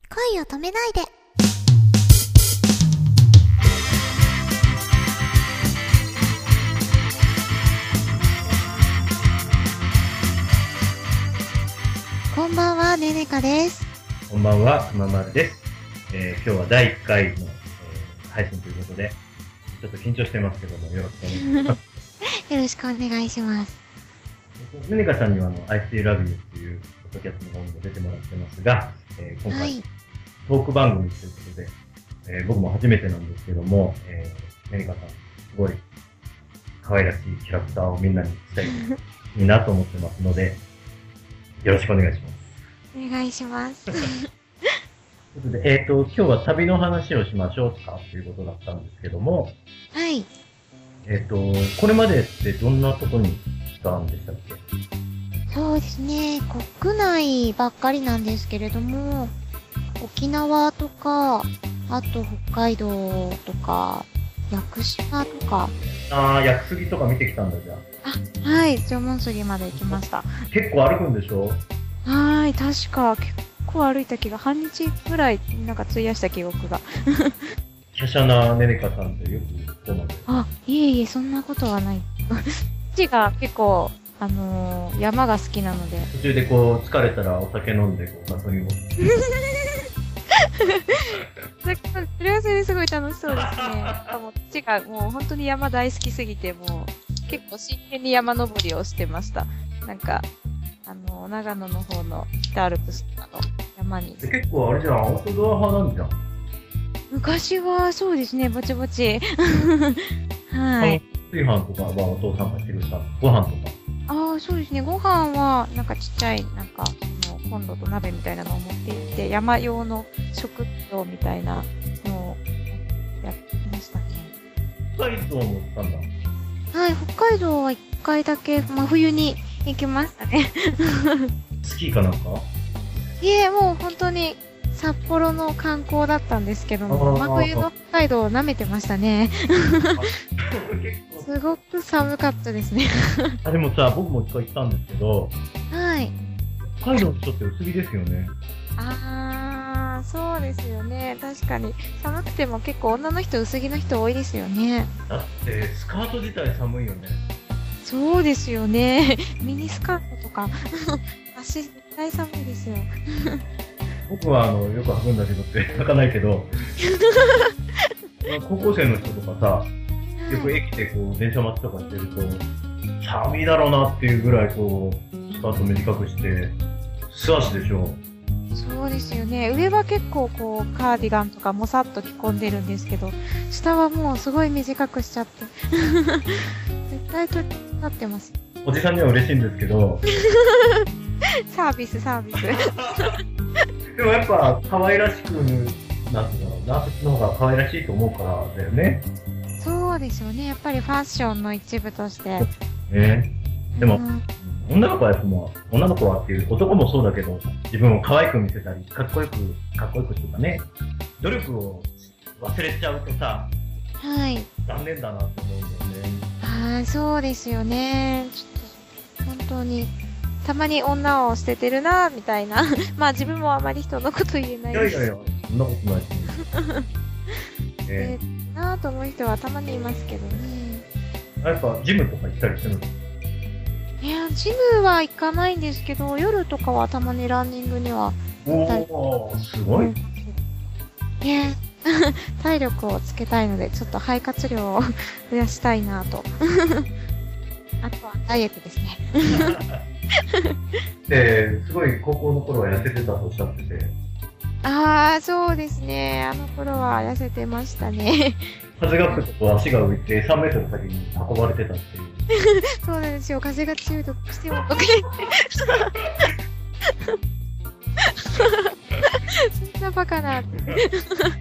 恋を止めないで。こんばんは、ねねかです。 こんばんは、くままるです。今日は第1回の、配信ということで、ちょっと緊張してますけども、よろしくお願いします。 よろしくお願いします。 ねねかさんにはI Still Love You っていうポッドキャストの方にも出てもらってますが、今回、はい、トーク番組ということで、僕も初めてなんですけども、ねねかさん、すごい可愛らしいキャラクターをみんなに伝えていいなと思ってますので、よろしくお願いします。 お願いします。 ということで、今日は旅の話をしましょうということだったんですけども、 はい。 これまでってどんなとこに来たんでしたっけ？ そうですね、国内ばっかりなんですけれども、沖縄とか、あと北海道とか、屋久島とか。 屋久杉とか見てきたんだじゃあ。はい、縄文杉まで行きました。 結構歩くんでしょ？ はい、確か結構歩いた気が、半日ぐらいなんか費やした記憶が。 華奢なねねかさんってよくそうなんで。 いえいえ、そんなことはない。父が結構、山が好きなので。 途中でこう、疲れたらお酒飲んで、こう、ガソリンを。 それはそれですごい楽しそうですね。父がもう本当に山大好きすぎて、もう結構真剣に山登りをしてました。なんか、長野の方の北アルプスとかの山に。 結構あれじゃん、アウトドア派なんじゃん。 昔はそうですね、ぼちぼち。はい。 炊飯とかはお父さんがしてくれたご飯とか。 そうですね。ご飯は、なんかちっちゃい、なんか、コンロと鍋みたいなのを持っていって、山用の食料みたいなのをやってましたね。 北海道も行ったんだ。 はい、北海道は一回だけ真冬に行きましたね。 スキーかなんか？ いえ、もう本当に札幌の観光だったんですけども、真冬の北海道を舐めてましたね。すごく寒かったですね。 でもさ、僕も一回行ったんですけど、 はい。 北海道の人って薄着ですよね。 そうですよね。確かに。寒くても結構女の人、薄着の人多いですよね。 だって、スカート自体寒いよね。 そうですよね。ミニスカートとか、足、絶対寒いですよ。 僕はよく履くんだけどって履かないけど、高校生の人とかさ、よく駅でこう電車待ちとかしてると、寒いだろうなっていうぐらいこう、スカート短くして、素足でしょ。 そうですよね。上は結構こう、カーディガンとかもさっと着込んでるんですけど、下はもうすごい短くしちゃって。絶対となってます。 おじさんには嬉しいんですけど。 サービス。 でもやっぱ可愛らしくなってたら、そっちの方が可愛らしいと思うからだよね。 そうですよね。やっぱりファッションの一部として。 ね。でも、女の子は女の子はっていう、男もそうだけど、自分を可愛く見せたり、かっこよくっていうかね、努力を忘れちゃうとさ、 はい。 残念だなと思うんだよね。 そうですよね。ちょっと、本当に。たまに女を捨ててるなみたいな。まあ自分もあまり人のこと言えないし。 いや、そんなことないし。 なぁと思う人はたまにいますけどね。 やっぱジムとか行ったりするの？ いや、ジムは行かないんですけど、夜とかはたまにランニングには行ったり。 すごい。 体力をつけたいので、ちょっと肺活量を増やしたいなと。あとはダイエットですね。 すごい高校の頃は痩せてたとおっしゃってて。 そうですね。あの頃は痩せてましたね。 風が吹くと足が浮いて3メートル先に運ばれてたっていう。 そうなんですよ。風が強いとしても溶けそんなバカなって。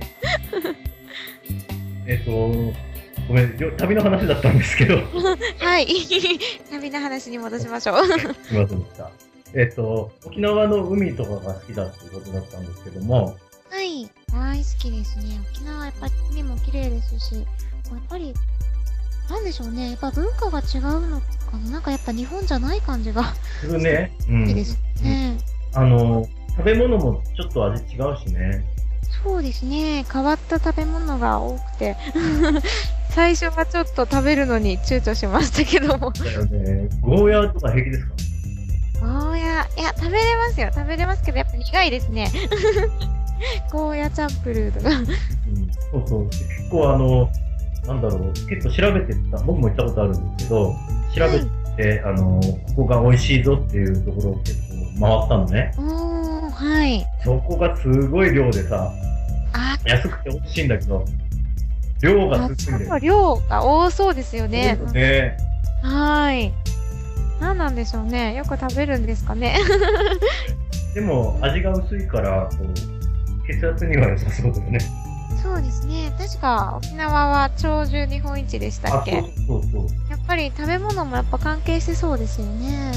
ごめん、旅の話だったんですけど。 はい。旅の話に戻しましょう。 すみませんでした。沖縄の海とかが好きだっていうことだったんですけども。 はい。大好きですね。沖縄はやっぱり海も綺麗ですし、やっぱり、なんでしょうね。やっぱ文化が違うのかな。なんかやっぱ日本じゃない感じが。 するね。 いいですね。 食べ物もちょっと味違うしね。 そうですね。変わった食べ物が多くて。最初はちょっと食べるのに躊躇しましたけども。 だよね。ゴーヤーとか平気ですか？ ゴーヤー、いや、食べれますよ。食べれますけど、やっぱ苦いですね。ゴーヤチャンプルーとか。 うん、そうそう。結構なんだろう、結構調べてた、僕も行ったことあるんですけど、調べて、ここが美味しいぞっていうところを結構回ったのね。 はい。 そこがすごい量でさ、安くて美味しいんだけど、量がすごいんだよ。 量が多そうですよね。 ね。 はい。何なんでしょうね。よく食べるんですかね。 でも、味が薄いから、こう、血圧には良さそうだよね。 そうですね。確か沖縄は鳥獣日本一でしたっけ？ そうそう。 やっぱり食べ物もやっぱ関係してそうですよね。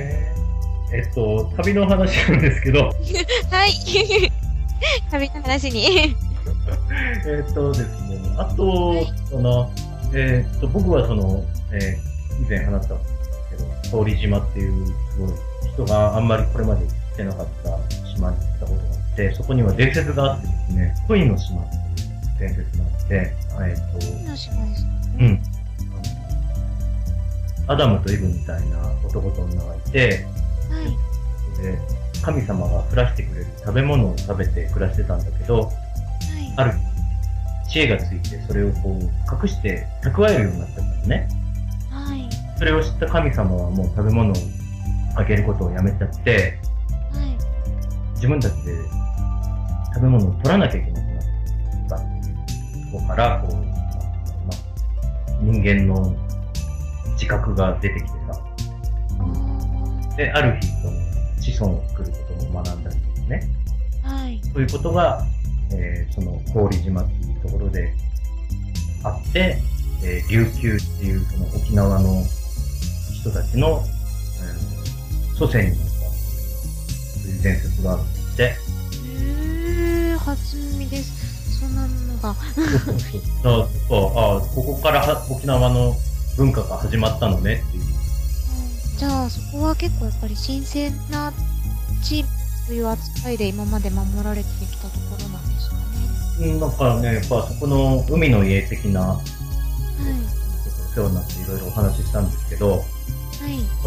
旅の話なんですけど。 はい。旅の話に。 ですね。あと、僕は以前話したんですけど、通島っていうすごい人があんまりこれまで来てなかった島に行ったことがあって、そこには伝説があってですね、恋の島っていう伝説があって、 恋の島ですか？ うん。アダムとイブみたいな男と女がいて、 はい。 で、神様が降らしてくれる食べ物を食べて暮らしてたんだけど、ある日、知恵がついてそれをこう隠して蓄えるようになっちゃったのね。 はい。 それを知った神様はもう食べ物をあげることをやめちゃって、 はい。 自分たちで食べ物を取らなきゃいけなくなったっていうところから、こう、人間の自覚が出てきてさ。で、ある日、子孫を作ることも学んだりですね。 はい。 そういうことが、その氷島っていうところであって、琉球っていうその沖縄の人たちの、祖先になったという伝説があるんですって。 初耳です。そんなのが。 ここから沖縄の文化が始まったのねっていう。 じゃあそこは結構やっぱり神聖な地という扱いで今まで守られてきたところなんですかね。 だからね、やっぱそこの海の家的な、 はい。 お世話になっていろいろお話ししたんですけど、 はい。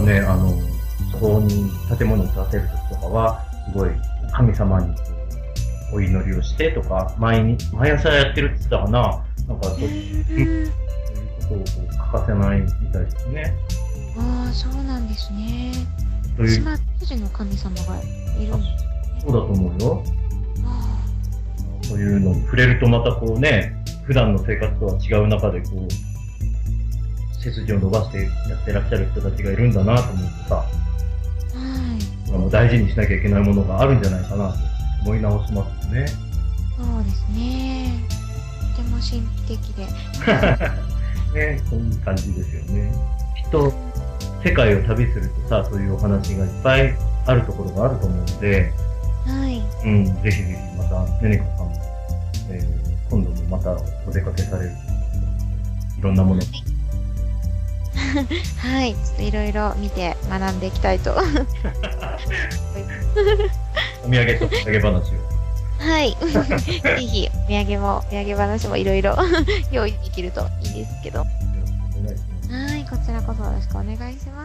ね、そこに建物を建てるときとかは、すごい神様にお祈りをしてとか、毎朝やってるって言ってたかな、なんかそういうことを欠かせないみたいですね。 ああ、そうなんですね。島当時の神様がいるんですね。 そうだと思うよ。そういうのに触れるとまたこうね、普段の生活とは違う中でこう、背筋を伸ばしてやってらっしゃる人たちがいるんだなと思うとさ、はい。大事にしなきゃいけないものがあるんじゃないかなと思い直しますよね。 そうですね。とても神秘的で。 ね、そういう感じですよね。きっと、世界を旅するとさ、そういうお話がいっぱいあるところがあると思うので、 はい。 うん、ぜひぜひまた、ねねこさんも、今度もまたお出かけされる。いろんなもの。 はい。ちょっといろいろ見て学んでいきたいと。 お土産とお土産話を。 はい。ぜひ、お土産話もいろいろ用意できるといいですけど。 よろしくお願いします。 はい。こちらこそよろしくお願いします。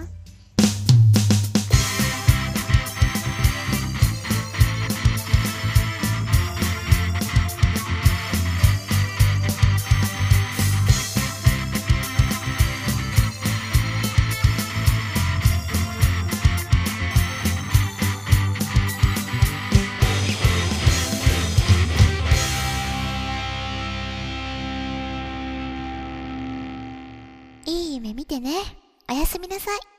いい夢見てね。おやすみなさい。